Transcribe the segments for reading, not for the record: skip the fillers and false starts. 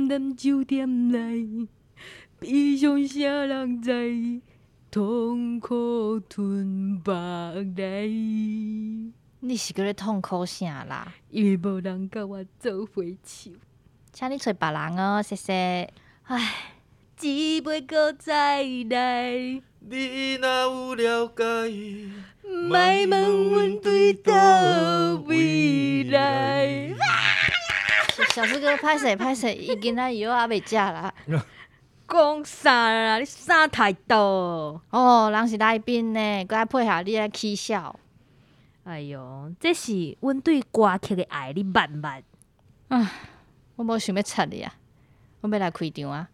南酒店内，悲伤啥人知？痛苦吞腹来。 你是搁咧痛苦啥啦？ 因为无人甲我做伙唱。 请你找别人哦，谢谢。 唉，只袂搁再来。 你若有了解， 莫问阮对倒未来。 小师哥，拍谁拍谁，伊今仔药还袂食啦。 讲啥啦？你啥态度？ 哦，人是来宾呢，搁爱配合你来起笑。 哎哟，这是阮对歌曲的爱，你捌毋捌？ 我无想要插你啊，我要来开场啊。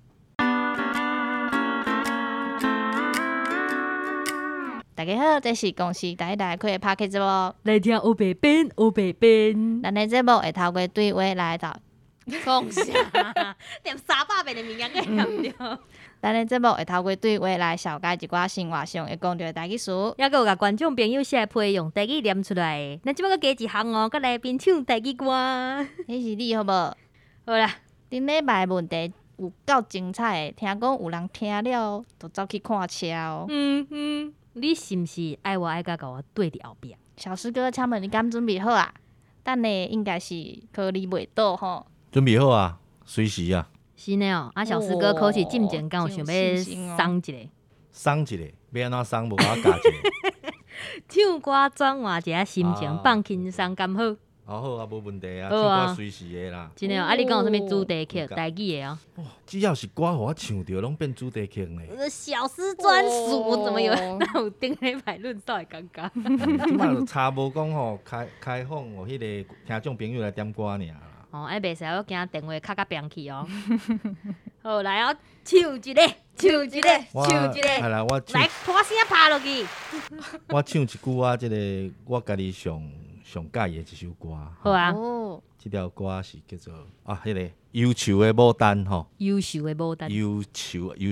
大家好，这是公司第一台开的 Podcast 节目。 来听黑白边，黑白边。 咱的节目会透过对话来到， 讲啥？连300遍的物件都念着。 咱的节目会透过对话来小解一寡生活上会讲到的台语词， 抑阁有甲观众朋友写批用台语念出来。咱即摆阁加一项哦，甲来宾唱台语歌。 迄是你好无？ 好啦， 顶礼拜问题有够精彩的，听讲有人听了就走去看车哦。 你是毋是爱我甲我对伫后壁？ 小师哥，请问你敢准备好啊？等下应该是考你袂倒吼。 准备好啊，随时啊。 是呢哦，小师哥考试进前，敢有想要送一个？ 送一个，要安怎送？无我教一个。 唱歌转换一下心情，放轻松，敢好？ 好啊，无问题啊， 好啊唱歌随时的啦。 真的哦，你讲有啥物主题曲？台语的哦。 只要是歌，互我唱着，拢变主题曲呢。 小师专属，怎么有那有顶礼拜论少的感觉？ 即摆就差无讲吼，开放互迄个听众朋友来点歌尔啦。 哦，袂使，我惊电话卡扁去哦。好，来哦，唱一个，唱一个，唱一个， 来，我唱， 来，拖声拍落去。 我唱一句啊，即个我家己上喜欢的一首歌。 好啊。 哦， 这条歌是叫做迄个忧愁的牡丹吼。 优秀的牡丹。 忧愁的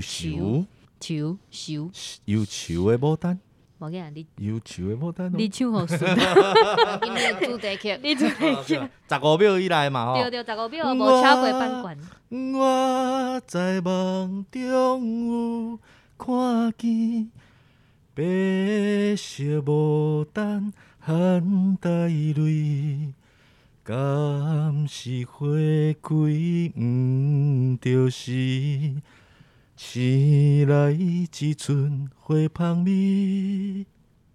牡丹。 无紧啊，你忧愁的牡丹。 你唱好顺。 今日主题曲， 你主题曲。 15秒以内嘛吼。 对，15秒，无超过半关。 我在梦中有看见白色牡丹含带泪，敢是花开毋着时，醒来一寸花香味。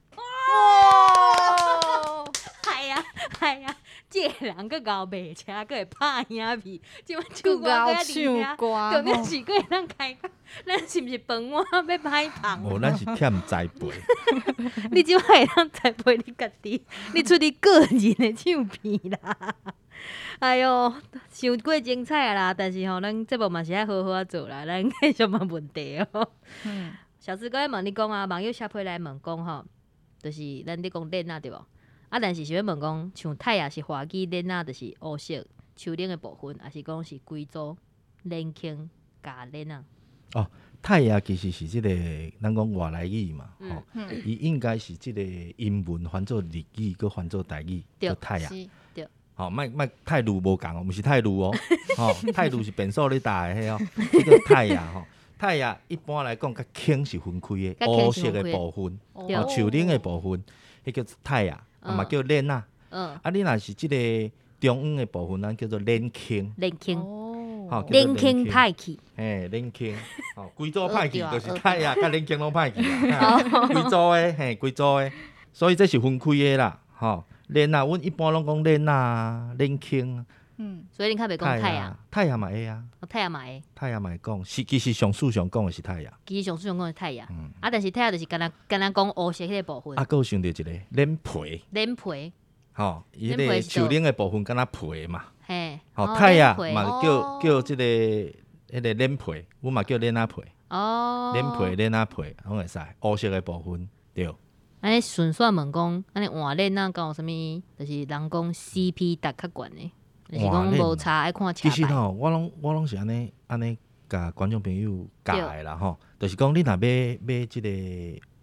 哎呀，这个人佫熬卖车，佫会拍影片，即摆唱歌佫遐厉害，重点是佫会当开讲，咱是毋是饭碗要歹捧？ 哦，咱是欠栽培。 你即摆会当栽培你家己，你出你个人的唱片啦。哎哟，伤过精彩啦！但是吼，咱节目嘛是爱好好啊做啦，咱继续问问题哦。小师哥问你讲啊，网友写批来问讲吼，就是咱咧讲练啊对无？啊，但是想要问讲，像太阳是华语练啊，就是乌色树顶的部分，还是讲是贵州练轻加练啊？ 哦，泰雅其实是即个咱讲外来语嘛，吼，伊应该是即个英文翻做日语，佮翻做台语，叫泰雅。 对。 好，莫泰鲁无共哦，毋是泰鲁哦，吼，泰鲁是变数咧打的迄哦，这叫泰雅吼。泰雅一般来讲，甲轻是分开的，乌色的部分，哦，树顶的部分，迄叫泰雅。嘛叫练啊，你若是即个中央的部分，咱叫做练轻。 练轻， 吼， 练轻歹去。 嘿，练轻，吼，贵州歹去，就是泰雅甲练轻拢歹去啦。贵州的，嘿，贵州的，所以这是分开的啦，吼。练啊，阮一般拢讲练啊，练轻。 所以你较袂讲太阳， 太阳嘛会啊， 太阳嘛会， 太阳嘛会讲，是其实上事上讲的是太阳。 其实上讲是太阳，但是太阳就是敢若讲乌色迄个部分。 啊，佫有想到一个脸皮。 脸皮。 吼，伊迄个树顶的部分敢若皮嘛。 嘿。 吼，太阳嘛叫即个迄个脸皮，阮嘛叫脸仔皮。 哦。 脸皮、脸仔皮拢会使，乌色的部分对。 安尼顺续问讲，安尼换脸啊，敢有啥物？就是人讲 CP 值较悬的。就是讲无差爱看车牌。 其实吼，我拢是安尼甲观众朋友教的啦吼，就是讲你若买即个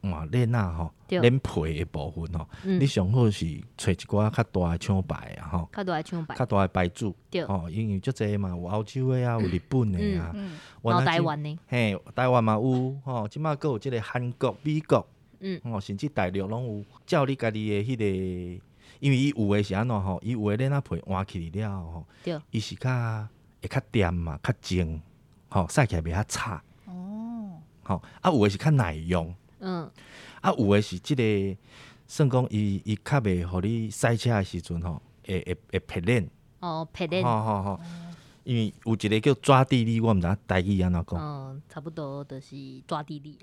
换链仔吼， 对链皮的部分吼，你上好是找一寡较大的厂牌啊吼， 较大的厂牌， 较大的牌子， 对吼，因为足济嘛，有欧洲的啊，有日本的啊， 然后来台湾的， 嘿，台湾嘛有吼，即马佫有即个韩国、美国，吼，甚至大陆拢有，照你家己的迄个，因为伊有诶是安怎吼，伊有诶链仔皮换起了吼， 对， 伊是会较甜嘛，较净，吼，洗起来袂遐差。吼，啊有诶是较耐用，啊有诶是即个算讲伊较袂互你洗车诶时阵吼，会撇链， 撇链， 吼，因为有一个叫抓地力，我毋知影台语安怎讲， 差不多就是抓地力，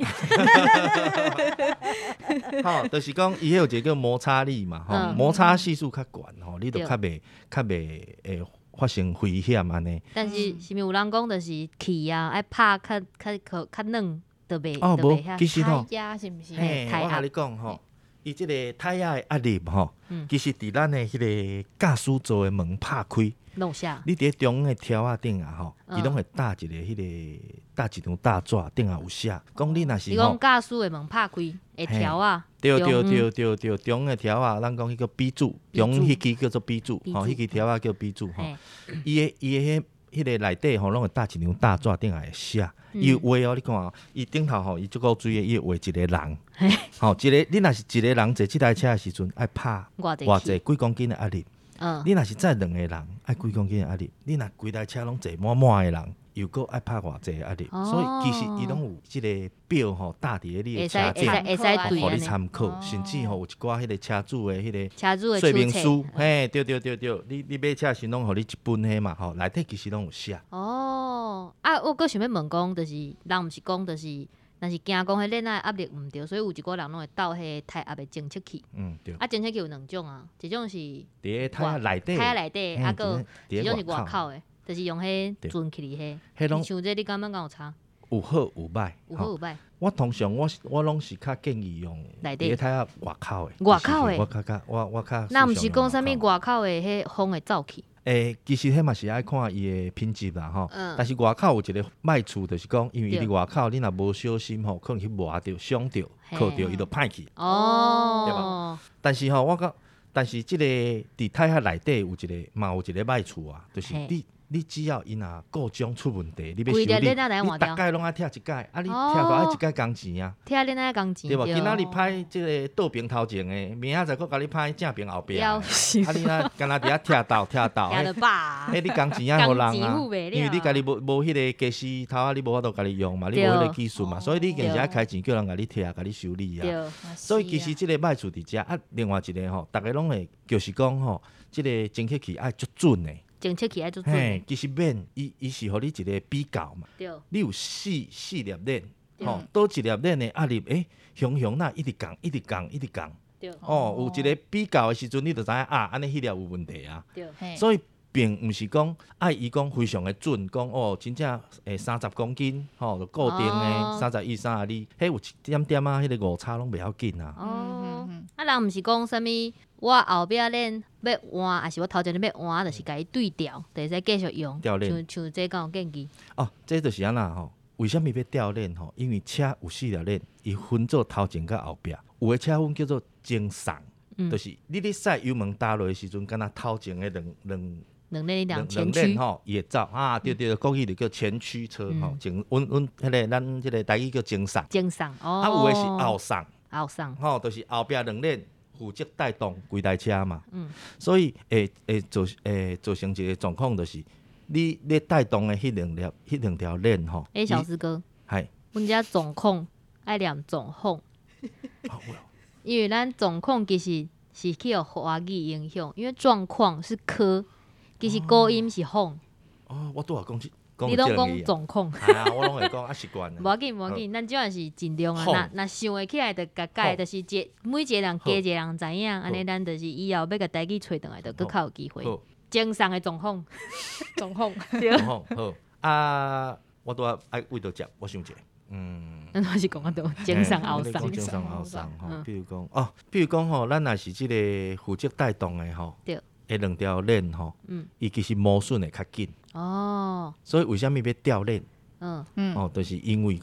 吼，就是讲伊迄有一个叫摩擦力嘛，吼，摩擦系数较悬吼，你就较袂会发生危险安尼。 但是是毋是有人讲就是气啊，爱拍较软，就袂遐其实吼， 胎压是毋是？ 嘿，我甲你讲吼，伊即个胎压的压力吼，其实伫咱的迄个驾驶座的门拍开， 弄下， 你伫咧中央的条仔顶啊吼，伊拢会搭一个迄个搭一张大纸，顶下有写，讲你若是你讲驾驶的门拍开，会条啊， 对，中央的条仔，咱讲迄个 B 柱，中央迄支叫做 B 柱，吼，迄支条仔叫 B 柱吼，伊的迄个内底吼，拢会搭一张大纸，顶下会写。伊画哦，你看哦，伊顶头吼，伊足够水的，伊画一个人，吼，你若是一个人坐即台车的时阵，爱拍偌济几公斤的压力。你若是载2个人，爱几公斤的压力。你若规台车拢坐满的人，又搁爱拍偌济的压力。所以其实伊拢有即个表吼，搭伫咧你的车顶， 会使对互你参考。甚至吼有一寡迄个车主的迄车主的个说明书，嘿，对，你买车时拢互你一本迄嘛，吼，内底其实拢有写。 我搁想要问讲，就是人毋是讲，就是若是惊讲迄链仔压力毋对，所以有一寡人拢会斗迄胎压的侦测器。 对。 侦测器有2种啊，一种是伫咧胎压内底， 搁一种是外口的，就是用迄存起哩迄。像这你感觉敢有差？ 有好有歹， 有好有歹。 我通常我拢是较建议用伫咧胎压外口的。 外口的， 我较。 那毋是讲啥物外口的迄风会走去？ 其实迄嘛是爱看伊的品质啦吼。但是外口有一个歹处，就是讲，因为伊伫外口，你若无小心吼，可能去磨着、伤着、靠着，伊就歹去。对吧？但是吼，但是即个伫胎压内底有一个歹处啊，就是你只要伊若故障出问题，你要修理，你逐届拢爱拆一届，啊，你拆过爱一届工钱啊， 拆恁爱工钱， 对无？今仔日歹即个倒边头前的，明仔载佫甲你歹正边后壁的，啊，你若干那伫遐拆倒，迄你工钱爱互人啊，因为你家己无迄个技师头啊，你无法度家己用嘛，你无迄个技术嘛，所以你硬是爱开钱叫人甲你拆、甲你修理啊。所以其实即个歹处伫遮啊，另外一个吼，逐个拢会就是讲吼，即个侦测器爱足准的。 侦测器爱足准， 其实免伊是互你一个比较嘛。你有四粒链，吼，倒一粒链的压力，雄那一直降。有一个比较的时阵，你就知影啊，安尼迄粒有问题啊。所以并毋是讲爱伊讲非常的准，讲真正30公斤，吼，就固定的31、32，迄有一点点啊，迄个误差拢袂要紧啊。 人毋是讲啥物，我后壁链要换，还是我头前要换，就是甲伊对调，就会使继续用。像这敢有建议？ 这就是安那吼。为什么要调链吼？因为车有4粒链，伊分做头前甲后壁。有的车分叫做前送，就是你咧驶油门打落的时阵，敢若头前的两链吼，伊会走啊。对，国语就叫前驱车吼。前阮迄个咱迄个台语叫前送。有的是后送，吼，就是后壁2链负责带动规台车嘛。所以会造成一个状况，就是你咧带动的迄两条链吼。 小师哥，阮遮总控爱念总控，因为咱总控其实是去互华语影响，因为状况是科，其实高音是哄。 我拄仔讲你拢讲总控， 我拢会讲习惯。 无要紧，咱即阵是尽量啊。若想会起来，就甲改，就是每一个人加一个人知影，安尼咱就是以后要甲台语找倒来，就佫较有机会。正上的总控，对。 好我拄仔爱为着食，我想者， 咱还是讲啊，都正上后上， 吼。比如讲吼，咱若是即个负责带动的吼，对。2条链吼，伊其实磨损会较紧。所以为什么要调链？就是因为讲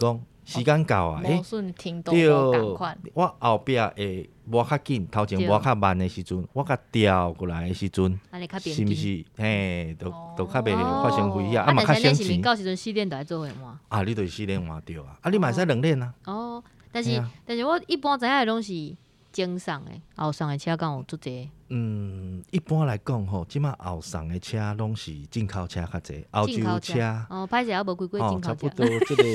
时间到啊， 无顺停都无共款。 我后壁会摸较紧，头前摸较慢的时阵，我甲调过来的时阵，是毋是？嘿，都较袂发生危险，嘛较省钱。 到时阵4点就爱做伙换。 啊，你就是4点换着啊，你嘛会使2练啊。 哦，但是我一般知影的拢是前送的，后送的车敢有足济？ 一般来讲吼，即马后送的车拢是进口车较济，欧洲车。 哦，歹势还无几进口车。 差不多即个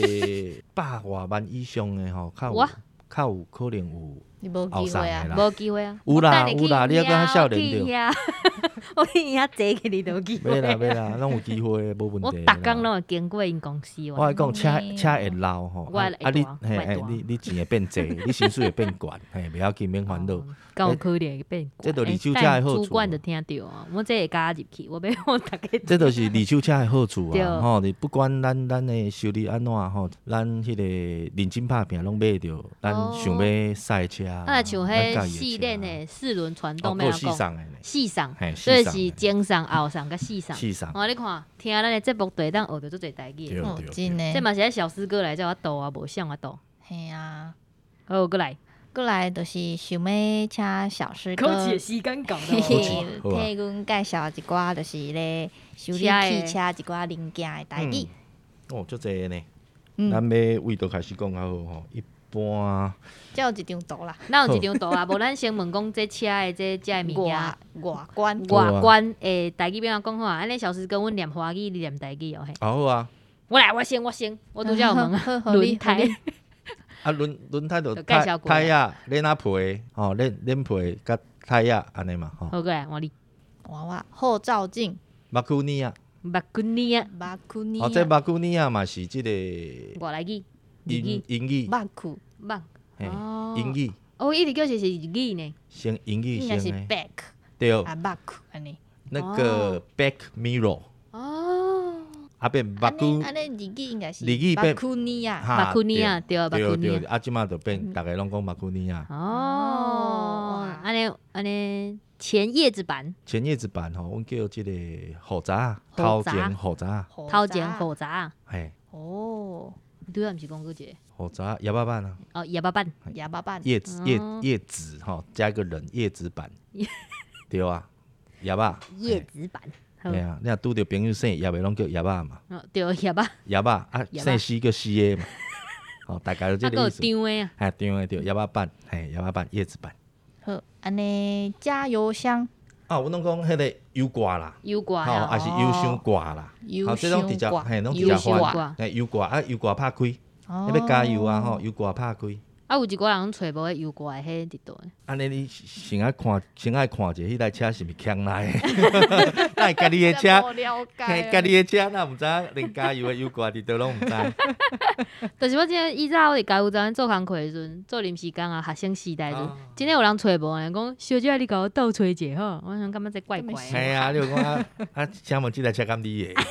100多万以上的吼，较有可能有。 你无机会啊， 无机会啊。 有啦，你还搁较少年着。 我去遐坐起你都有机会。 要啦，拢有机会，无问题。 我逐工拢会经过因公司。 我来讲，车会老吼，你钱会变济，你薪水会变悬，嘿，袂要紧，免烦恼。 敢有可能会变悬？ 这都二手车的好处。 主管就听到啊，我这会加入去，我要我大家。 这都是二手车的好处啊，吼！你不管咱的收入安怎吼，咱迄个认真拍拼拢买着，咱想要赛车。 像迄4轮的4轮传动，要讲4送，所以是前送、后送甲4送。哦，你看，听咱的节目对，当学着足侪代志。 真的， 这嘛是小师哥来叫我导啊，无像我导。 嘿啊， 好，过来就是想要请小师哥。 考试的时间到了， 替阮介绍一寡，就是咧修理汽车一寡零件的代志。 哦，足侪呢。咱要为头开始讲较好吼，一般。 才有一张图啦， 咱有一张图啊，无咱先问讲这车的这物件外观诶，代志变怎讲好啊？安尼小师跟阮念华语，你念代志哦嘿。 好啊。 我先，我拄则有问啊，轮胎。 啊，轮胎就胎啊，链啊皮，吼，链皮甲胎啊，安尼嘛，吼。 好过来，我后照镜。 马库尼亚。 哦， 这马库尼亚嘛是即个。 外来语。 英语。 马库。 英语。 哦，伊直叫是日语呢。 先英语先。 应该是 back。 对。 啊，马库安尼。 那个 back mirror。 哦。 啊变马库。 安尼日语应该是。 日语变。 马库尼亚。 对，马库尼亚。 啊，即马就变，大家拢讲马库尼亚。 哦。安尼。前叶子板吼，阮叫即个护闸，头前护闸。 嘿。 哦。对啊，毋是讲过一个护闸叶巴板啊。 哦，叶巴板。 叶子吼，加一个人叶子板。对啊，叶巴。 叶子板。 对啊，你若拄着朋友姓叶的，拢叫叶巴嘛。 哦，对，叶巴。 叶巴啊，姓C叫 C 嘛。哦，大概就这个意思。 还有张的啊。 哎，张的对，叶巴板，嘿，叶巴板，叶子板。 好，安尼加油箱。 啊，阮拢讲迄个油挂啦， 吼， 还是油箱挂啦，好，这种直接，嘿，拢直接换，嘿，油挂啊，油挂拍开，你要加油啊，吼，油挂拍开。 啊，有一个人找无油挂的迄伫倒。 安尼你先爱看者，迄台车是毋是强来的？咱家己的车，嘿，家己的车，咱毋知连加油的油挂伫倒拢毋知。 但是我今日以前我伫加油站做工课的时阵，做临时工啊，学生时代时阵，真诶有人找无呢，讲小姐你甲我倒找者吼，我想感觉这怪怪的。 嘿啊，你有讲请问即台车敢你的？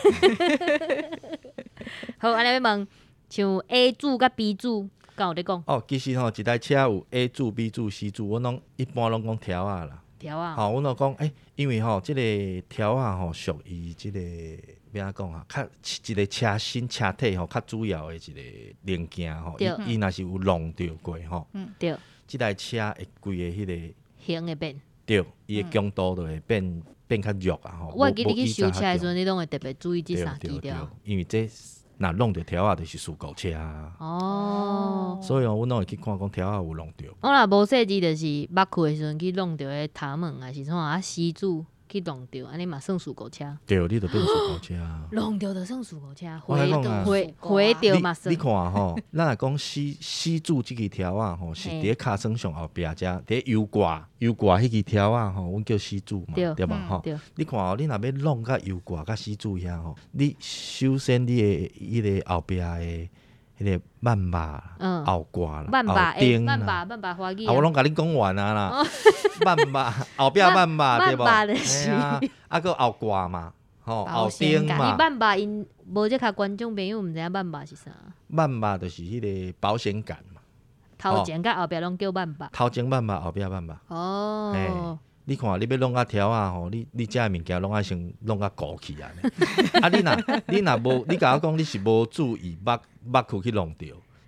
好，安尼要问，像 A 柱甲 B 柱。敢有咧讲？ 哦，其实吼，一台车有 A 柱、B 柱、C 柱，阮一般拢讲条啊啦。 条啊。 吼，阮就讲，因为吼，即个条啊吼，属于即个要安怎讲啊？较一个车身车体吼，较主要的一个零件吼，伊若是有弄着过吼。 对。 即台车会规个迄个形会变。 对，伊的强度就会变较弱啊吼。 我记得你去修车的时阵，你拢会特别注意这三支条。 因为这。若弄着条啊，就是事故车啊。 哦。 所以阮拢会去看讲条啊有弄着。 我若无细致，就是捌去的时阵去弄着个头毛，还是啥死柱去弄着，安尼嘛算事故车。 对，你就变事故车。 弄着就算事故车， 回着嘛算。 你看吼，咱若讲死柱即支条啊吼，是伫卡身上后壁遮，伫油挂迄支条啊吼，阮叫死柱嘛，对吧吼？你看哦，你若要弄甲油挂甲死柱遐吼，你首先你的迄个后壁的。迄个慢把后挂啦，后钉啦， 慢把花语啊，我拢甲你讲完啊啦，慢把后壁慢把对无？ 哎呀，啊个后挂嘛，吼后钉嘛。 伊慢把因无即较观众朋友毋知影慢把是啥？ 慢把就是迄个保险杆嘛。 头前甲后壁拢叫慢把。 头前慢把，后壁慢把。 哦。 你看，你要弄啊条啊吼，你遮物件拢爱先弄啊固起啊。啊，你若无，你甲我讲你是无注意捌去弄着，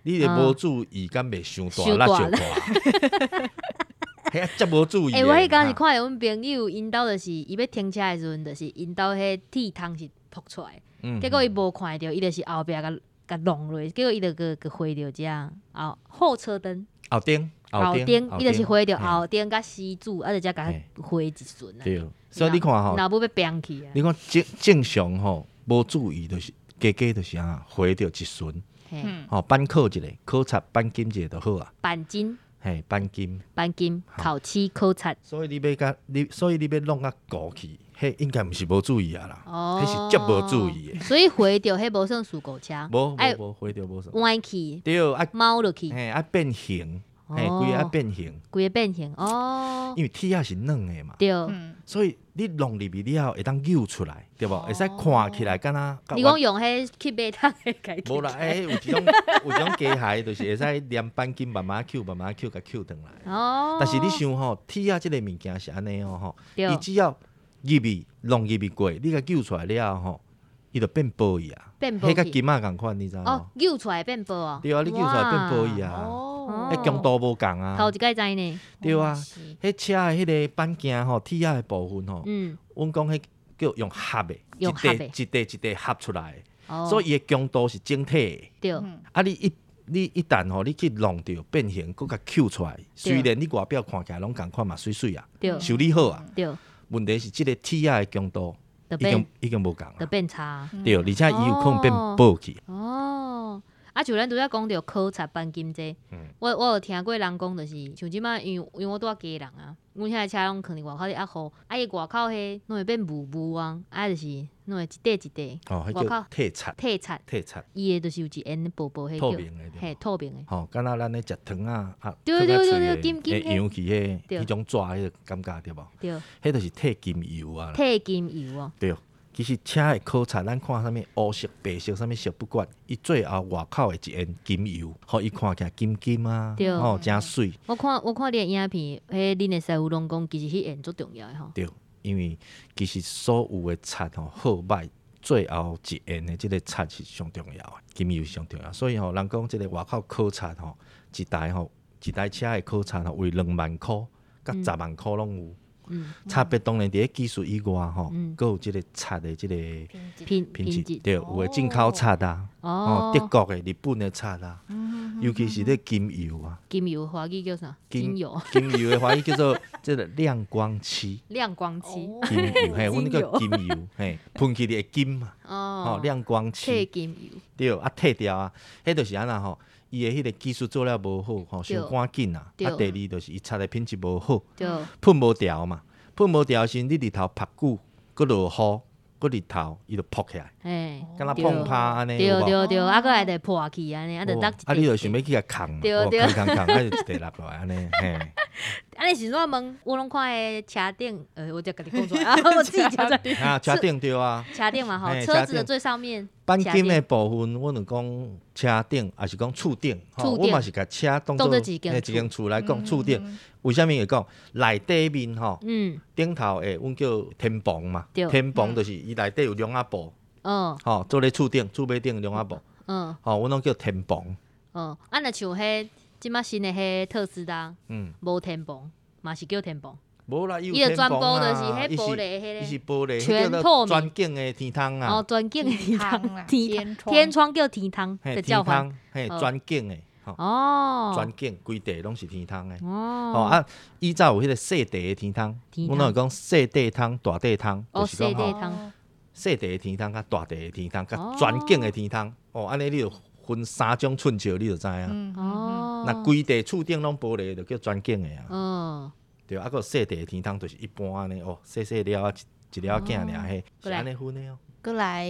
你若无注意，敢袂伤大，力就大。嘿啊，遮无注意。 我迄天是看阮朋友，因兜就是伊要停车的时阵，就是因兜迄铁窗是扑出来，结果伊无看到，伊就是后壁甲弄落，结果伊就个挥着遮后车灯。后灯，伊就是挥着后灯甲死主，就遮甲挥一瞬啊。 对，所以你看吼， 若要飙去啊。 你看正常吼，无注意就是加就是挥着一瞬，吼扳扣一个，考察扳金一个就好啊。扳金。嘿，扳金，烤漆考察。所以你要弄啊过去，迄应该毋是无注意啊啦，迄是足无注意的。 所以回着迄无算事故车， 无回着无算。 歪去， 对， 猫落去， 嘿，变形，嘿，规个变形，因为铁是软的嘛， 对， 所以你弄入去了会当扭出来，对无？会使看起来敢若。 你讲用迄去买汤的改？ 无啦，有一种机械，就是会使连扳金慢慢扣，甲扣转来。 哦。 但是你想吼，铁即个物件是安尼吼，伊只要弄入去过，你甲扭出来了吼，伊就变薄去啊。迄甲金仔共款，你知无？ 哦，扭出来变薄啊。 对啊，你扭出来变薄去啊。迄强度无共啊。 头一摆知呢。 对啊，迄车的迄个板件吼，铁的部分吼，阮讲迄叫用合的，一块合出来的，所以伊的强度是整体的。 对。 啊，你一旦吼，你去弄着变形，搁甲扣出来，虽然你外表看起来拢共款嘛，水水啊，修理好啊。 对。 问题是即个铁的强度已经无共啊， 就变差。 对，而且伊有可能变薄去。 像咱拄则讲着考察扳金这，我有听过人讲，就是像即摆，因为我拄仔家人啊，阮遐车拢囥伫外口咧压雨，伊外口迄拢会变雾啊，就是拢会一块一块。 哦，迄叫褪漆， 伊诶就是有一烟薄薄迄透明诶， 嘿，透明诶。 吼，敢若咱咧食糖啊， 对，金会扬起迄种纸迄个感觉对无？ 对， 迄就是褪金油啊。 褪金油啊。 对。其实车的考察，咱看啥物黑色、白色啥物色不管，伊最后外口的一烟金油，互伊看起来金金啊，吼，真水。 我看你的影片，恁的师傅拢讲，其实迄烟最重要的吼。 对，因为其实所有的漆吼好歹，最后一烟的即个漆是上重要的，金油是上重要。所以吼，人讲即个外口考察吼，一台车的考察吼，为2万箍，甲10万箍拢有。差别当然，伫咧技术以外吼，佫有即个漆的即个品质，对，有诶进口漆啊，德国的、日本的漆啊，尤其是咧金油啊。 金油华语叫啥？金油。 金油的华语叫做即个亮光漆。 亮光漆。 金油，嘿，阮叫金油，嘿，喷起的金嘛，亮光漆。 褪金油。 对，褪掉啊，迄就是安那吼。伊的迄个技术做了无好，吼，伤赶紧啊。第二就是伊漆的品质无好，喷无掉嘛。喷无掉时，你日头晒久，佮落雨，佮日头伊就扑起来，敢若碰拍安尼。 对，啊，佮来就破去安尼，就你就想要去甲扛，扛，啊就一地落来安尼，嘿。 安尼是怎问？我拢看迄车顶，我就甲你讲出来啊，我自己讲出来。 啊，车顶对啊。 车顶嘛吼，车子的最上面。 钣金的部分，阮就讲车顶，还是讲厝顶。我嘛是甲车当做一间厝来讲厝顶。为虾米会讲内底面吼？顶头诶，阮叫天棚嘛。天棚就是伊内底有梁仔布。吼，做咧厝顶、厝尾顶梁仔布。吼，阮拢叫天棚。 若像迄。即马新的迄特斯拉，无天棚，嘛是叫天棚。 无啦，伊有天棚啊，伊是玻璃， 全透明， 专景的天窗啊。 专景的天窗，天窗叫天窗的叫法。 嘿，专景的，专景规地拢是天窗的。以前有迄个细地的天窗，阮拢会讲细地窗、大地窗，就是讲细地的天窗、甲大地的天窗、甲专景的天窗。安尼你就分3种寸笑，你就知影。那规地厝顶拢玻璃，就叫专景的啊。对，还佫细地的天窗就是一般安尼细了啊，一了仔囝尔，是安尼分的哦。 过来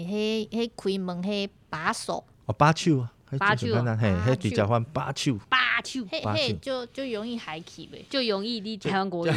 迄开门迄把手。 把手啊， 把手， 迄直接翻把手。 把把手， 嘿，就容易海起呗。 就容易你台湾国语。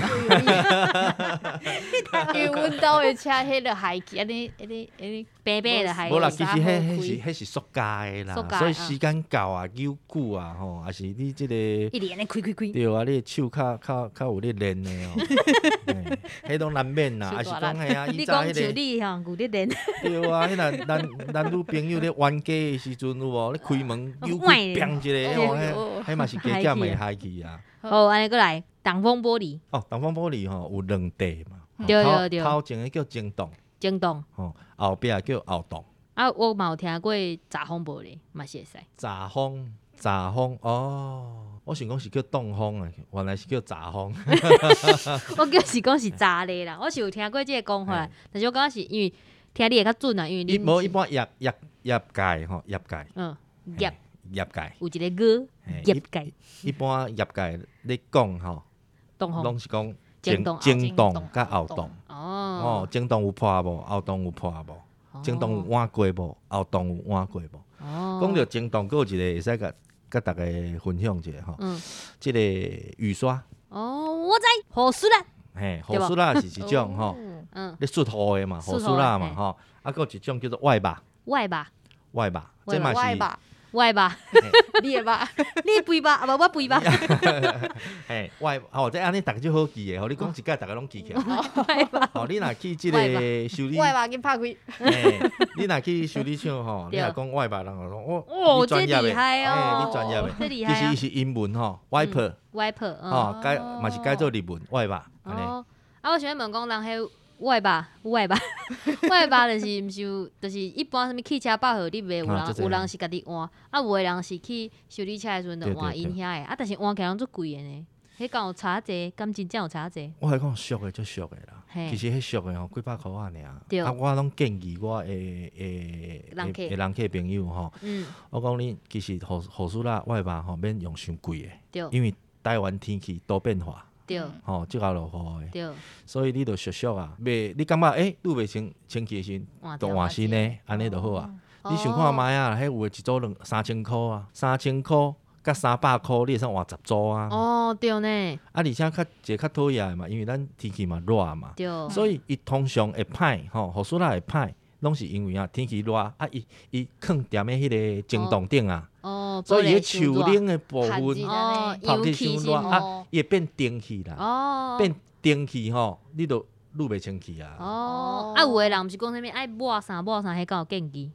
因为阮兜的车迄个海起，安尼白白的海无啦， 起其实迄是塑胶的啦，所以时间到啊、扭久啊，吼，也是你即个。 一直安尼开， 对啊，你的手较有咧练的哦，迄拢难免啦，也是讲嘿啊， 你以前迄个。 讲像你吼有咧练， 对啊，迄男女朋友咧冤家的时阵有无？咧开门扭开砰一个，吼，迄嘛是加减的海气啊。 好，安尼过来，挡风玻璃， 哦，挡风玻璃吼有两块嘛， 对， 头前的叫前挡， 震动。 吼，后壁叫后挡。 啊，我嘛有听过杂风玻璃，嘛是会使。 杂风哦，我想讲是叫挡风诶，原来是叫杂风。 我讲是杂咧啦，我是有听过这个讲法，但是我感觉是因为听你会较准啊，因为你无一般业界吼，业界，业界有一个歌业界， 一般业界咧讲吼， 挡风拢是讲前挡前挡甲后挡。 哦， 前挡有破无，后挡有破无？前挡有换过无？后挡有换过无？讲到前挡，佫有一个会使甲大家分享一下吼。即个雨刷。 哦，我知，雨刷啦。 嘿，雨刷啦是一种吼，咧xuất雨的嘛，雨刷啦嘛吼。啊，佫有一种叫做外把，这嘛是。 外吧， 你的吧， 你肥吧，啊无我肥吧。 嘿，这安尼大家就好记的，吼，你讲一届，大家拢记起来。 外吧， 吼，你若去即个修理， 外吧给拍开。 嘿，你若去修理厂吼，你若讲外把，人就讲哦， 你专业的， 厉害哦， 你专业的， 这厉害啊。 其实伊是英文吼，wiper，吼，嘛是改做日文外把，安尼。 啊，我想问讲，人迄外吧，就是毋是有，就是一般什物汽车报号你袂有人是家己换，啊有的人是去修理车的时阵就换因遐的，啊但是换起来拢足贵的呢。迄敢有差济，敢真正有差济？ 我来讲俗的就俗的啦，其实迄俗的吼几百箍仔尔，啊我拢建议我的人客朋友吼，我讲你其实雨刷啦外把吼免用伤贵的，因为台湾天气多变化。吼，即下落雨的，所以你着俗啊，袂你感觉愈袂清气的时阵，就换新的，安尼就好啊。你想看卖啊，迄有诶一组3000箍啊，3000箍甲300箍，你会使换10组啊。 哦，对呢。 啊，而且较讨厌的嘛，因为咱天气嘛热嘛，所以伊通常会歹吼，雨刷啦会歹，拢是因为啊天气热啊，伊放踮咧迄个蒸笼顶啊。所以伊树顶的部分尤其是啊，伊会变蒸汽啦，变蒸汽吼，你就愈袂清气啊。 啊，有的人毋是讲啥物爱抹啥，迄敢有建议？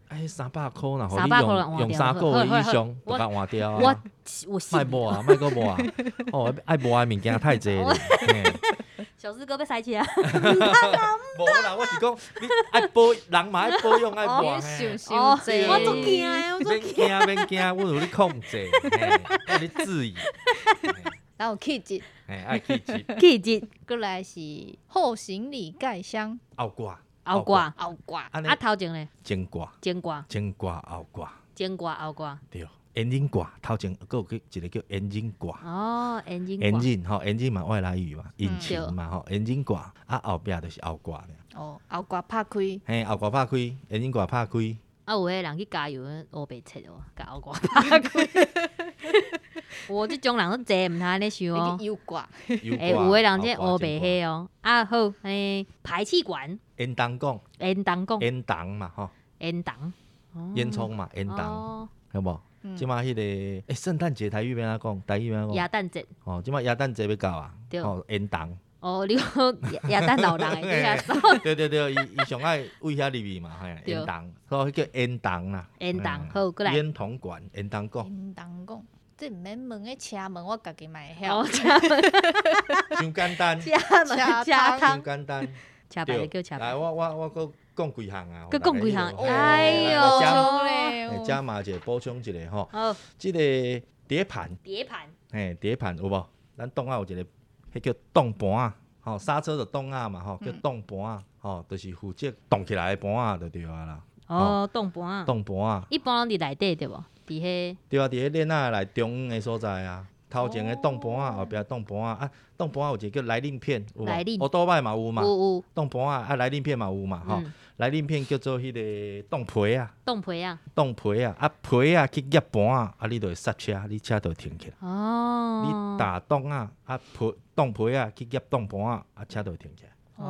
300箍啦，互你用3个月以上，就甲换掉啊。 我莫抹啊，莫搁抹啊。哦，爱抹的物件太济了。 小四哥要塞起啊！ 无啦，我是讲你爱保人嘛爱保养爱抹。 我足惊的，我足惊。 免惊，我有你控制，有你质疑。 然后气质， 爱气质， 过来是后行李盖箱， 后挂， 啊头前咧， 前挂，后挂，对。引擎挂头前，佫有一个叫引擎挂。 哦，引擎嘛外来语嘛，引擎嘛吼，引擎挂啊后壁就是后挂咧。 哦，后挂拍开。 嘿，后挂拍开，引擎挂拍开。 啊，有个人去加油，乌白切哦，甲后挂拍开。我即种人都坐毋通安尼想哦。 油挂。 有个人即乌白黑哦。啊好，排气管。 烟筒嘛吼。烟囱嘛，烟筒，好无？即马迄个圣诞节台语要安怎讲？台语要安怎讲？ 耶诞节。 哦，即马耶诞节要到啊。哦，烟筒。 哦，你讲耶诞老人的遐走。 对，伊上爱为遐入面嘛，嘿，烟筒，所以叫烟筒啦。 烟筒好，过来。 烟筒管，烟筒讲。 这毋免问个车门，我家己嘛会晓。 车门。 伤简单。 车门， 伤简单。 车牌叫车牌。 来，我搁讲几项啊。 搁讲几项？ 哎呦， 加码者补充一下吼。 好。 即个碟盘。嘿，碟盘有无？咱档仔有一个，迄叫档盘啊。吼，刹车就档仔嘛，吼，叫档盘啊。吼，就是负责动起来的盘啊，就对啊啦。 哦，档盘啊。 档盘啊。 一般拢伫内底对无？伫迄。 对啊，伫迄链仔内中央的所在啊。 头前的挡盘仔，后壁挡盘仔啊，挡盘仔有一个叫来令片，有来令乌多摆嘛有嘛， 有挡盘仔啊来令片嘛有嘛吼，来令片叫做迄个挡皮啊， 冻皮啊， 冻皮啊，啊皮啊去压盘仔，啊你就会刹车，你车就会停起来。 哦， 你打冻啊，冻皮啊去压挡盘仔，啊车就会停起来。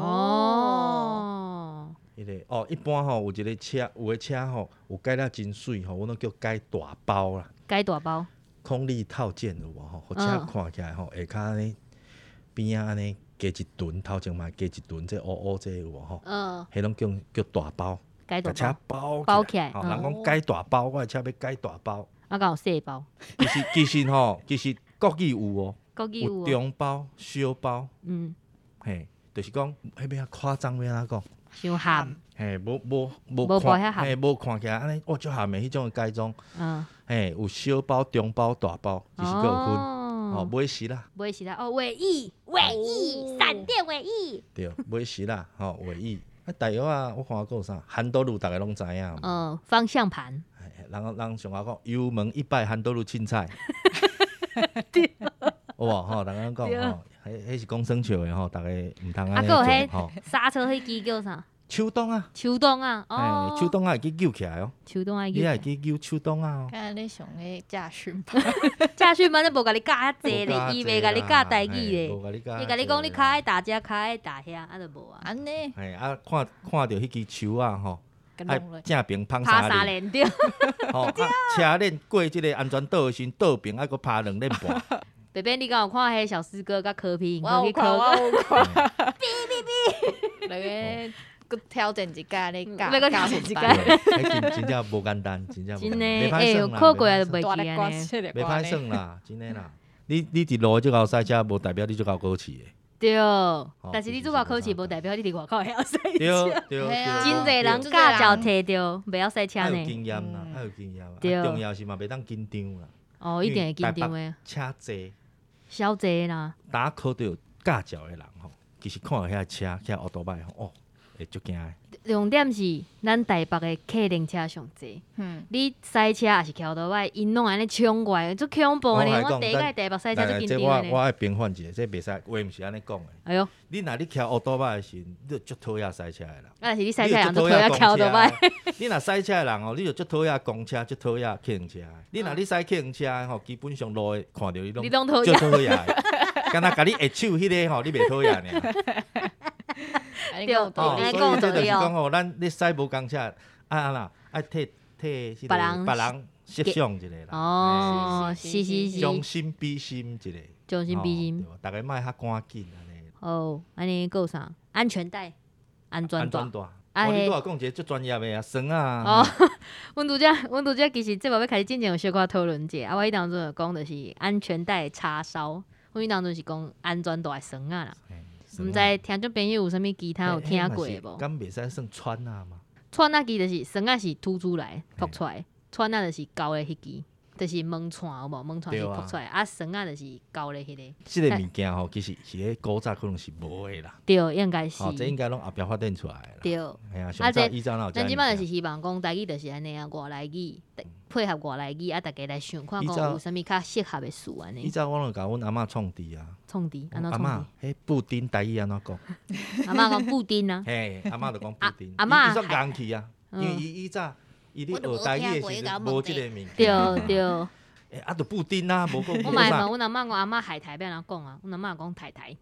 哦， 迄个哦，一般吼有一个车，有的车吼有改了真水吼，阮拢叫改大包啦。 改大包， 空力套件有无吼？互车看起来吼，下骹安尼边仔安尼加一吨，头前嘛加一吨，这乌这有无吼？迄拢叫大包， 改大把车包， 包起来。 吼，人讲改大包，我的车要改大包。 啊，敢有细包？ 其实吼，国语有哦， 国语有中包、小包， 嘿， 就是讲迄要夸张要安怎讲？ 伤咸， 嘿，无看遐嘿，无看起来安尼，足咸的迄种改装。嘿，有小包、中包、大包，其实佫有分。哦，尾时啦， 尾时啦，哦，尾翼，闪电尾翼。 对，尾时啦，吼，尾翼。啊，大约啊，我看佫有啥，韩多路大概拢知影。 方向盘。 人上话讲，油门100，韩多路凊彩。 对。 有无吼？人讲吼，迄是讲生笑的吼，大家毋通安尼做。 吼。 刹车迄支叫啥？ 手动啊。 手动啊，哦。 手动啊会去扭起来哦。 手动啊， 你会去扭手动啊哦。 敢你上个驾训班？ 驾训班都无甲你教遐济咧，伊袂甲你教台语咧。伊甲你讲你骹爱打遮，骹爱打遐，啊，就无啊。 安尼。 嘿，啊，看到迄支手啊吼。爱正平捧3 连对， 吼，车链过即个安全岛的时，倒平爱佫拍2链半。 北北，你敢有看迄小师哥甲柯皮？ 我有看，我有看。哔，那个佫挑战一下咧，教挑战一下。 真正无简单，真正。 真诶，考过也就袂记安尼。 袂歹算啦，真诶啦。你伫路即后赛车，无代表你即够考试诶。 对，但是你做外考试，无代表你伫外口会晓赛车。 对， 真侪人驾照摕着，袂晓赛车呢。 有经验啦，有经验。 对， 重要是嘛，袂当紧张啦。 哦，一定会紧张诶。 车济， 小济啦。 打考到驾照诶人吼，其实看到遐车、遐乌多摆吼，哦，会足惊诶。 重点是咱台北诶客灵车上济，你赛车也是桥头摆，因拢安尼冲过来，足恐怖呢。我第一届台北赛车足紧张呢。 我爱平反一下，这袂使，话毋是安尼讲诶。 哎哟， 你若你骑乌多摆诶时，你就足讨厌赛车诶人。 但是你赛车人都讨厌桥头摆。 你若赛车诶人吼，你就足讨厌公车，足讨厌客运车。你若你赛客运车吼，基本上路诶看到你拢足讨厌。敢若甲你下手迄个吼，你袂讨厌尔。 对， 所以这就是讲吼，咱你驶无公车，啦，爱替别人设想一下啦。 哦，是。 将心比心一下。 将心比心。 大家莫较赶紧安尼。 哦，安尼还有啥？安全带，安全带。 你拄仔讲一个最专业的啊，绳啊。 哦，阮拄则其实节目要开始之前有小可讨论者，我迄当阵就讲就是安全带叉烧，阮迄当阵是讲安全带绳啊啦。毋知听众朋友有啥物其他有听过无？ 敢袂使算穿啊嘛？ 穿啊机就是绳啊是凸出来、凸出来，穿啊就是高的迄支，就是门串有无？门串是凸出来，啊绳啊就是高的迄个。 即个物件吼，其实是咧古早可能是无的啦。 对，应该是。 这应该拢后壁发展出来啦。 对。 哎呀，上早以前哪有？ 咱即摆就是希望讲台语就是安尼啊，外来语配合外来语啊，大家来想看讲有啥物较适合的词安尼。 以前我拢甲阮阿嬷创治啊。 创治？安怎创治？阿嬷，迄布丁台语安怎讲？ 阿嬷讲布丁啊。 嘿，阿嬷就讲布丁。 阿嬷。 伊说硬气啊，因为伊早伊咧学台语的时阵无即个物件。 对。 啊，就布丁啊，无讲。 我嘛会问阮阿嬷讲阿嬷海苔要安怎讲啊？阮阿嬷讲台台。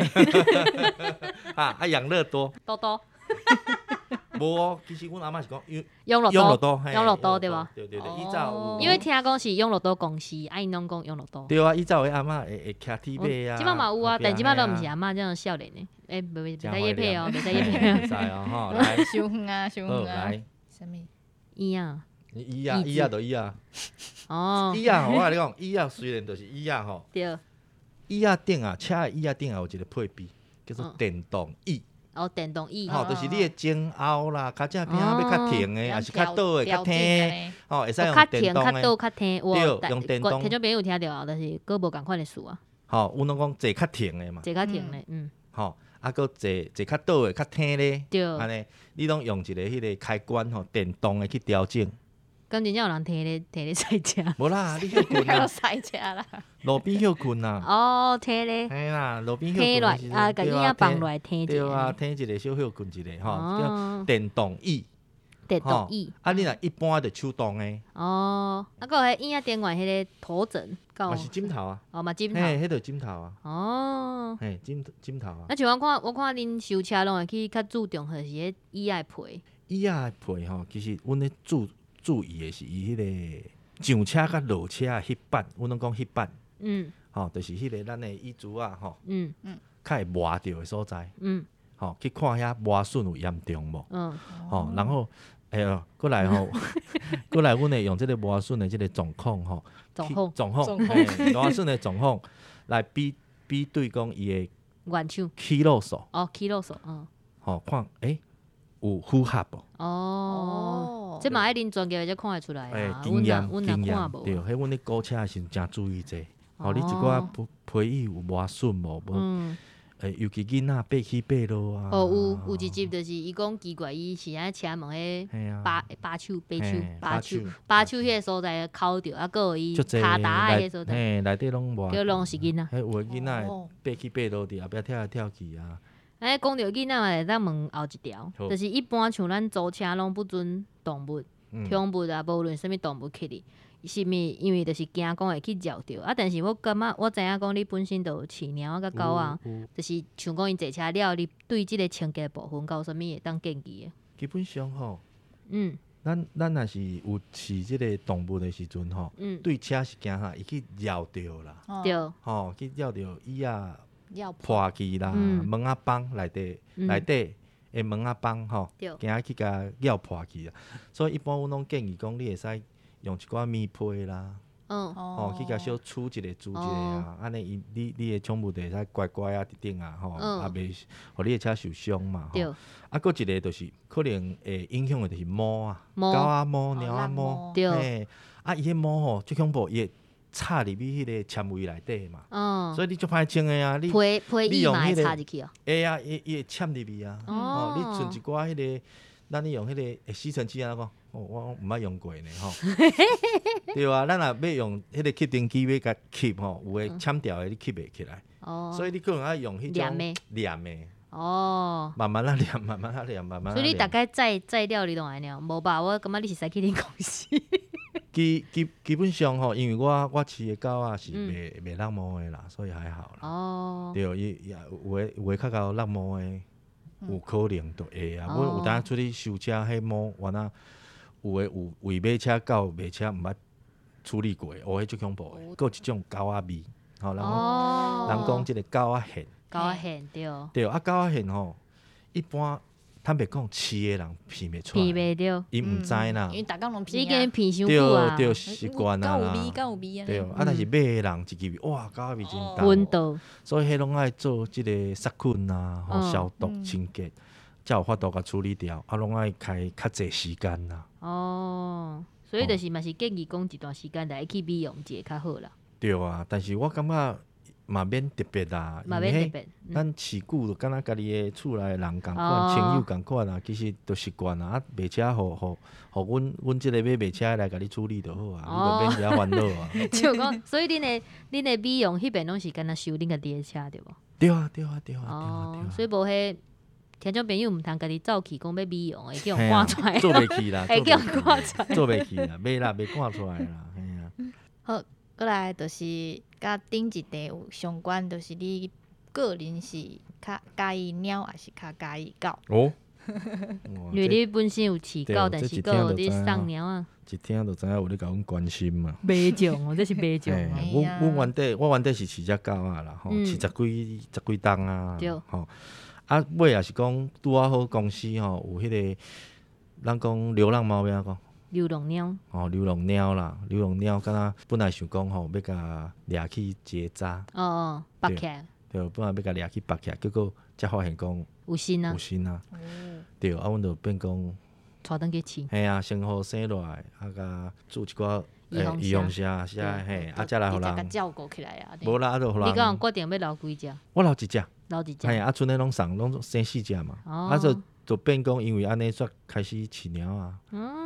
啊，养乐多。 多。 无哦，其实阮阿嬷是讲永乐多对无？ 对，伊早有。 因为听讲是永乐多公司，因拢讲永乐多。 对啊，伊早有阿嬷会骑 T 马啊。 即摆嘛有啊，但即摆都毋是阿嬷这种少年的。袂使业配哦，袂使业配哦。 会使哦，吼，来。 伤远啊，伤远啊。 来。 啥物？ 伊啊。 伊啊，就伊啊。 哦。 伊啊，我甲你讲，伊啊虽然就是伊啊吼。 对。 椅仔顶啊，车的椅仔顶啊有一个配备，叫做电动椅。 哦，电动椅。 吼，就是你的前后啦，脚正边仔要较挺的，还是较倒的、较挺的，吼，会使用电动的。 较倒、较挺， 对，用电动。 听众朋友有听到，但是佫无共款的事啊。 吼，阮拢讲坐较挺的嘛。 坐较挺的， 吼，啊，佫坐较倒的、较挺的。 对。 安尼，你拢用一个迄个开关吼，电动的去调整。 敢真正有人摕咧赛食？ 无啦，你休困还有啊， 塞车啦。 路边休困啦， 哦，摕咧， 嘿啦，路边休摕落困的时阵啊，甲对囡仔放落来摕对啊， 者， 听一个小休困一个吼，叫哦， 电动椅， 电动椅， 啊，你若一般就手动的， 哦，啊，还有迄婴仔电玩迄个头枕，有嘛是枕头啊， 哦嘛枕头， 嘿，迄就枕头啊， 哦。 嘿，枕头啊， 啊，像我看恁修车拢会去较注重，就是迄椅仔的皮。 椅仔的皮吼，其实阮咧注意的是伊迄个上车甲落车的迄板，阮拢讲迄板， 嗯吼，就是迄个咱的椅子啊，吼， 嗯较会磨着的所在， 嗯吼，去看遐磨损有严重无， 嗯， 吼，然后哎呦，过来吼，过来，阮会用即个磨损的即个状况吼， 总控状况， 状况嘿磨损的状况来比对讲伊的原手起落数， 哦，kilo 手， 吼，看有符合无？ 哦，这嘛爱恁专业才看会出来啊。 经验阮经验若看，无， 对，迄阮咧估车的时阵真注意这，吼，你一哦寡皮椅有磨损无？无，尤其囡仔爬起爬落啊， 哦，有一集就是伊讲奇怪，伊是安车门迄嘿啊， 把手嘿把手迄个所在抠着，啊，还有伊足济骹踏的迄个所在， 嘿，内底拢磨， 叫拢是囡仔。 迄有的囡仔哦爬起爬落伫后壁跳来跳去啊， 讲着囡仔嘛，会当问后一条， 好就是一般像咱租车拢不准动物、 嗯宠物啊，无论啥物动物去哩，是毋？因为就是惊讲会去咬着啊。但是我感觉我知影讲你本身就有饲猫甲狗啊， 有就是像讲因坐车了，你对即个清洁部分有啥物会当建议的？ 基本上吼， 嗯咱若是有饲即个动物的时阵吼， 嗯， 对车是惊哈，伊去咬着啦， 哦对， 吼，去咬着椅啊要破去啦， 嗯门仔帮内底嗯的门仔帮吼， 对惊去甲咬破去啊。所以一般阮拢建议讲，你会使用一寡棉被啦， 嗯吼，去甲小杵一个煮一个啊，安尼你的宠物就会使乖乖啊伫顶啊，吼， 嗯也袂互你的车受伤嘛， 对吼。，啊，佫一个就是可能会影响的就是毛啊， 毛狗仔毛、猫仔烂毛毛， 对嘿，啊，伊迄毛吼最恐怖，伊会插入去迄个纤维内底嘛， 嗯， 所以你足歹清的啊，你皮你椅嘛会用迄个插入去哦。 会啊，伊会嵌入去啊， 哦吼，你存一寡迄个，咱咧用迄个吸尘器啊，讲，我毋捌用过呢，吼，对啊，咱若要用迄个吸尘器要甲吸吼，有诶嵌条诶，你吸袂起来， 哦， 所以你可能要用迄种黏的黏诶， 哦。 慢慢啊黏，慢慢啊黏，慢慢啊黏。 所以你大概载了你拢安尼哦，无吧？我感觉你是使去恁公司。 基本上吼，因为我饲的狗啊是嗯袂落毛的啦，所以还好啦。 哦， 对，伊也有诶较高落毛的，有可能就会啊。 哦阮有当出去收车，迄毛原啊有诶有为买车狗买车毋捌处理过的，迄足恐怖诶。佫有一种狗仔味，吼， 哦， 人讲即个狗仔线， 狗仔线对， 对啊，狗仔线吼，一般坦白讲，饲诶人闻袂出闻来， 袂着， 伊毋知啦因。为大家拢你偏跟闻伤久啊， 对，习惯啊有味， 啦。 敢有味啊。 对，啊，但是买诶人一支味，哇，狗仔味真重。 闻到， 所以迄拢爱做即个杀菌啊，吼、 嗯消毒清洁，才有法度甲处理掉，啊，拢爱开较济时间啦。 哦，所以就是嘛是建议讲一段时间来去美容节较好啦， 对啊，但是我感觉嘛免特别啦， 嘛因为迄免特别， 咱饲久就敢若家己诶厝内诶人共款， 哦亲友共款啊，其实都习惯啊。啊，卖车互阮即个要卖车的来甲你处理就好啊， 哦你就免遐烦恼啊。 就讲，所以恁的美容迄边拢是干那修恁家己的车对无？ 对啊，对啊，对啊，对啊， 哦对，啊。 所以无迄听众朋友毋通家己走去讲要美容，会叫人嘿啊赶出来， 做袂起啦， 会叫人做赶出来。 做袂起啦，袂啦，袂赶出来啦，嘿啊。 好，过来就是甲顶一题有相关，就是你个人是较介意猫，还是较介意狗？ 哦， 因为你本身有饲对狗，但这一是狗有你听就知影送猫啊， 一听就知影有咧甲阮关心嘛。 马种哦，这是马种嘿哦。 阮哎呀我原底是饲只狗啊啦，吼， 嗯饲十几冬啊对， 吼。啊，尾也是讲拄啊好公司吼，有迄个咱讲流浪猫要安讲， 流浪猫， 吼流浪猫啦，流浪猫敢若本来想讲吼要甲掠去结扎， 哦哦，绑起来对，本来要甲掠去绑起来，结果才发现讲有心啊有，心啊， 哦， 对，啊，阮就变讲， 带转去饲。 嘿啊，先好生落来，啊，甲做一寡预防下，嘿，啊，才来互甲人。 照顾起来啊。 无啦，啊，就互人。 你讲决定要留几只？ 我留一只， 留一只嘿，。啊，剩诶拢送，拢生4只嘛， 哦啊，就变讲，因为安尼煞开始饲猫啊， 嗯，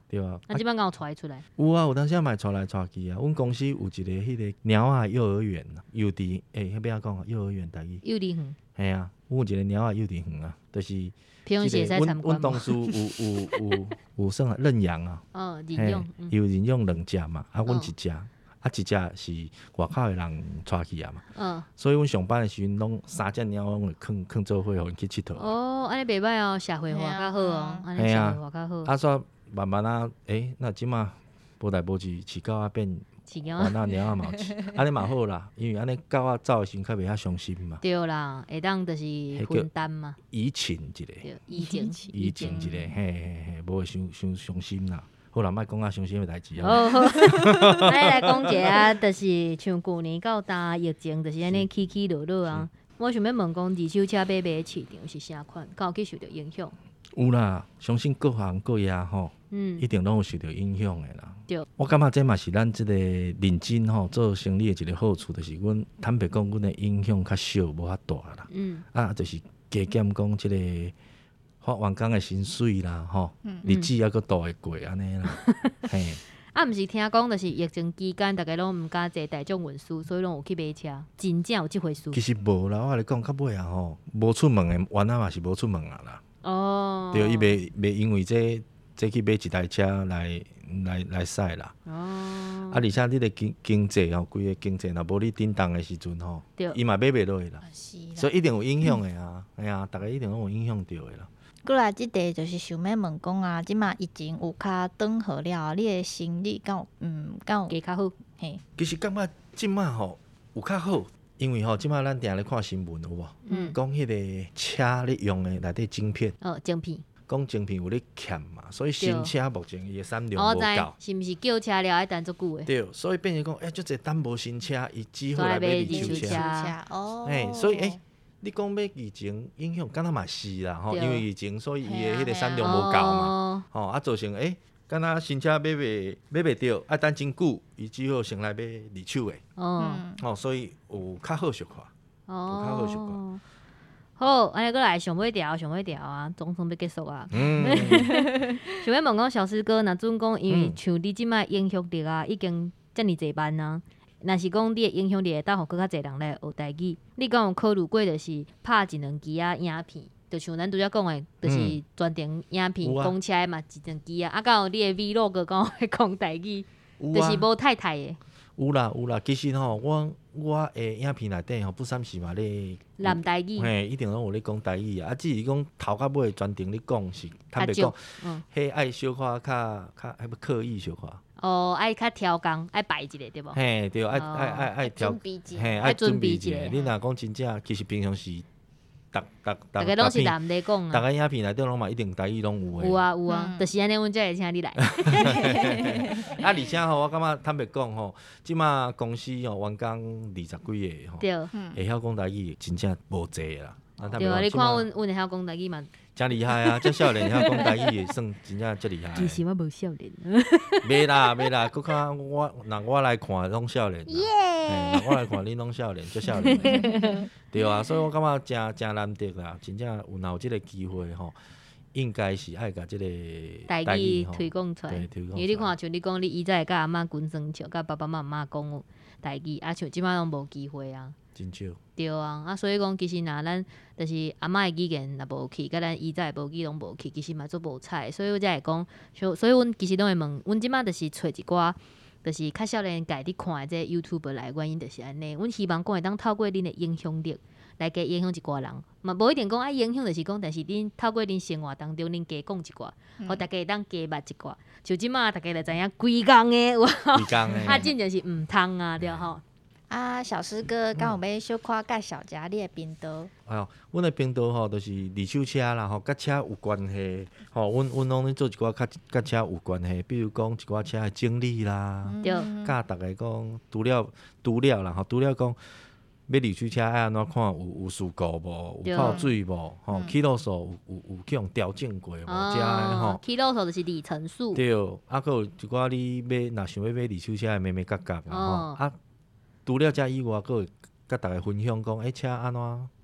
对啊。 那即摆敢有带出来？ 有啊，有当时嘛会带来带去啊。阮公司有一个迄个猫仔幼儿园啊，幼稚迄边讲啊，幼儿园台语。 幼稚园。 嘿啊，阮有一个猫仔幼稚园啊，就是平时会使参观阮同吗？ 事有算认养啊， 认养。 有认养2只嘛，啊，阮嗯 1只，啊1只是外口的人带去啊嘛。 所以阮上班的时阵，拢3只猫拢会囥做伙，互因去佚佗。 安尼袂歹哦，社会化较好哦，安尼社嘿啊会化较好。 啊，煞慢慢啊，那即马无代无志，饲狗仔变饲猫完了猫仔嘛有饲，安尼嘛好啦，因为安尼狗仔走的时阵较袂遐伤心嘛。 对啦，会当就是分担嘛。 移情一个， 对，移情移情一个，嘿嘿嘿，无会伤心啦。好啦，莫讲啊伤心的代志啊。 好，安尼来讲一下，就是像旧年到大疫情，就是安尼起起落落啊。我想要问讲，二手车买卖市场是啥款？敢有去受到影响？ 有啦，相信各行各业吼，一定拢有受到影响的啦。 对， 我感觉这嘛是咱即个认真吼做生意的一个好处，就是阮坦白讲，阮的影响较小，无遐大啦。就是加减讲即个发员工的薪水啦，吼，日子还佫度会过安尼啦。嘿， 毋是听讲，就是疫情期间，大家拢毋敢坐大众运输，所以拢有去买车，真正有即回事？ 其实无啦，我来讲到尾啊吼，无出门的原来嘛是无出门啊啦。对，伊袂因为这去买一台车来驶啦。而且你的经济吼，规个经济若无你叮当的时阵吼，伊嘛买袂落去啦。所以一定有影响的啊，哎呀，大家一定拢有影响到的啦。 过来即题就是想要问讲啊，即马疫情有较转好了，你的生意敢有加较好？ 嘿， 其实感觉即马吼有较好。因为即摆咱定咧看新闻有无？讲迄个车咧用的内底晶片， 晶片， 讲晶片有咧欠嘛，所以新车目前伊的产量无够。 是毋是叫车了爱等足久的？ 对，所以变成讲，足侪等无新车，伊只好来买二手车。所以你讲买疫情影响，敢若嘛是啦吼，因为疫情，所以伊的迄个产量无够嘛，造成敢若新车买袂着，爱等真久，伊只好先来买二手的。所以有较好俗看，有较好俗看。 好，安尼过来上尾条啊，总算要结束啊。想要问讲，小师哥，若准讲，因为像你即摆影响力啊，已经遮尔济万啊，若是讲你的影响力会当互更较济人来学台语，你敢有考虑过，就是拍1-2支啊影片？就像咱拄则讲的，就是专程影片公车嘛，1-2支啊。敢有你的 Vlog 敢有会讲台语，就是无太太的。 有啦，其实吼，我的影片内底吼，不三时嘛咧南台语， 一定拢有咧讲台语啊。只是讲头到尾专程咧讲是，坦白讲，迄爱小可较要刻意小可。 爱较挑工，爱摆一个对无？ 嘿，对，爱调，嘿，爱准备一个。你若讲真正，其实平常时。 大家拢是南咧讲啊， 大家影片内底拢嘛一定台语拢有诶。 有啊，就是安尼，阮才会请你来。 而且吼，我感觉坦白讲吼，即马公司吼员工20几个吼，会晓讲台语真正无济啦。 对啊，你看阮会晓讲台语嘛， 真厉害啊！遮少年晓讲台语，算真正遮厉害。 其实我无少年。 袂啦，佫较我来看拢少年。我来看恁拢少年，遮少年。对啊，所以我感觉真难得啦，真正有即个机会吼，应该是爱甲即个台语推广出来。因为你看，像你讲，你以前甲阿嬷滚生笑，甲爸爸妈妈讲台语，像即摆拢无机会啊。 真少。 对啊，所以讲其实若咱就是阿嬷的语言若无去，甲咱以前的母语拢无去，其实嘛做无彩。所以我才会讲，所以阮其实拢会问，阮即摆就是找一寡。就是较少年家己看的这 YouTube 来原因就是安尼，阮希望讲会当透过恁的影响力来加影响一寡人，嘛无一定讲爱影响，就是讲，但是恁透过恁生活当中，恁加讲一寡，互大家会当加捌一寡。像即马大家就知影规工的有，真正是毋通啊，对吼。 小师哥，敢有要小可介绍一下你的频道？ 阮的频道吼，就是二手车啦，吼，甲车有关系，吼，阮拢咧做一寡甲车有关系，比如讲一寡车的整理啦，甲大家讲除了啦，吼，除了讲买二手车爱安怎看有事故无，有泡水无，吼，起落数有去用调整过无，遮的吼。 起落数就是里程数。 对，佫有一寡你若想要买二手车的角啦，吼，除了遮以外，佫会甲大家分享讲，车安怎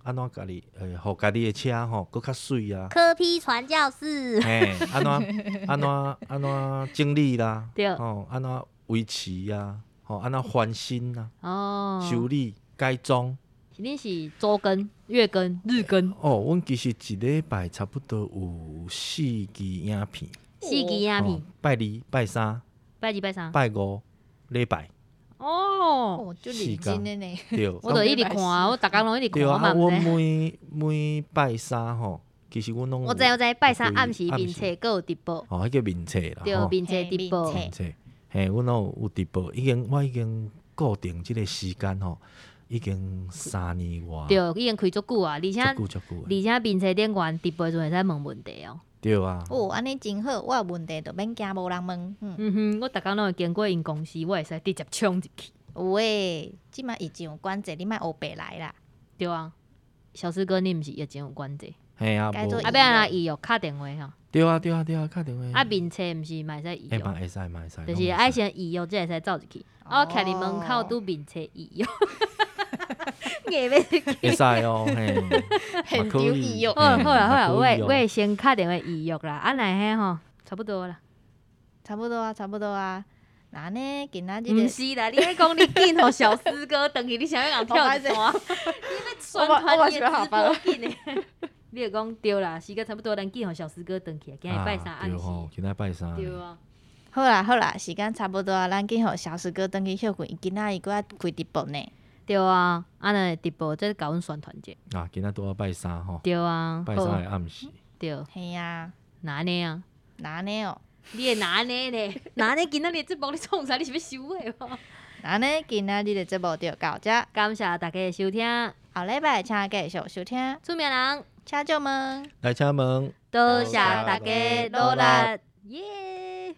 安怎家己互家己的车吼搁较水啊， 科批传教士， 嘿，安怎整理啦， 对吼，安怎维持啊，吼，安怎翻新啊， 哦， 修理改装。 恁是周更、月更、日更， 哦，阮其实一礼拜差不多有4支影片， 4支影片， 拜二、拜三、 拜二、拜三， 拜五、礼拜， 哦， 哦，就认真的呢。 对。 我就一直看啊，我逐工拢一直看， 对啊， 我嘛阮毋知。 每拜三吼，其实阮拢有我知，拜三暗时暗面册，搁有直播， 哦，迄叫面册啦， 对， 吼， 面册直播， 嘿面册，嘿，阮拢有直播，我已经固定即个时间吼，已经3年外， 对，已经开足久啊，而且足久面册顶悬直播的时阵会使问问题哦。 对啊， 哦，安尼真好，我有问题就免惊无人问。 我逐工拢会经过因公司，我会使直接冲入去。 有诶，即摆疫情有关系，你莫黑白来啦。 对啊，小师哥，你毋是疫情有关系？ 嘿啊，无该做啊，要安那预约敲电话吼。 对啊，打电话， 啊，面册毋是嘛会使预约， 会使， 就是爱先预约，才会使走入去。我徛伫门口拄面册预约，硬要去。 会使哦，嘿， 很嘛可以丢意哦。 好啦，我嘛可以哦会先敲电话预约啦。啊，若迄吼，差不多啦。 差不多啊。那呢，今仔日毋是啦，你咧讲你紧互小师哥转去，你想要人跳一段？你要宣传你的直播紧的。你就讲对啦，时间差不多，咱紧互小师哥转去，今日拜三暗时。 对吼，今仔拜三， 对啊， 好啦，时间差不多啊，咱去互小师哥转去休困，伊今仔伊搁要开直播呢。 对啊，安尼直播再甲阮宣传者。 啊，今仔拄好拜三吼， 对啊， 拜三的暗时， 对， 嘿啊， 哪呢啊？ 那呢哦， 你会哪呢咧？哪呢？今仔日节目你创啥？你是要收的无？ 那呢，今仔日的节目就到这， 感谢大家的收听， 后礼拜请继续收听， 出名人， 请就们。 来请问。 多谢大家努力，耶！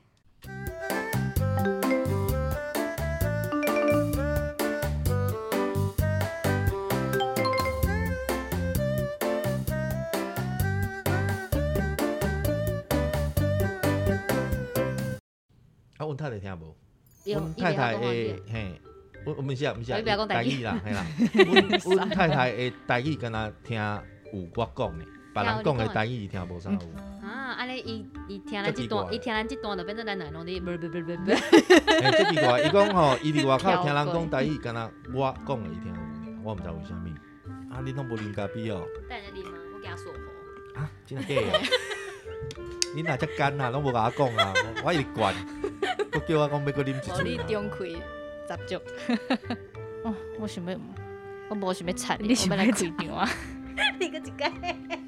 啊，阮太太听无？ 有阮太太会嘿，我毋是啊， 你不要讲台语啦，嘿啦。阮太太会台语，敢若听有我讲的，别人讲的台语伊听无啥有。 啊，安尼伊听咱即段，伊听咱即段就变做咱两个拢伫不。 嘿，这奇怪，伊讲吼，伊伫外口听人讲台语，敢若我讲的伊听有尔，我毋知为虾米。啊，你拢无啉咖啡哦？ 等下啉吗？我惊锁喉。 啊，真假的？你若遮干啊，拢无甲我讲啊，我一直灌，佮叫我讲要佮啉一无你喙啊。 中开十足。哦，我想要，我无想要插你， 你想要我要来开场啊。 你个一个。